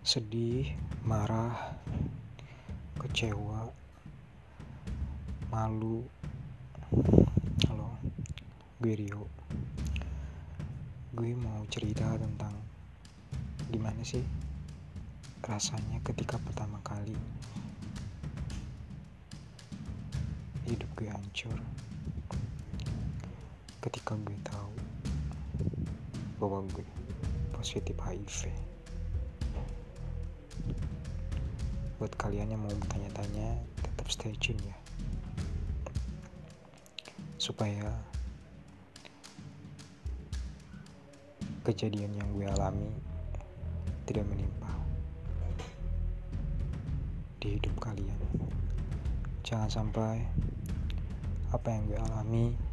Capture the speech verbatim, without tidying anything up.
Sedih, marah, kecewa, malu. Halo, gue Rio. Gue mau cerita tentang gimana sih rasanya ketika pertama kali hidup gue hancur. Ketika gue tahu bahwa gue positif H I V. Buat kalian yang mau bertanya-tanya, tetap stay tune ya, supaya kejadian yang gue alami tidak menimpa di hidup kalian. Jangan sampai apa yang gue alami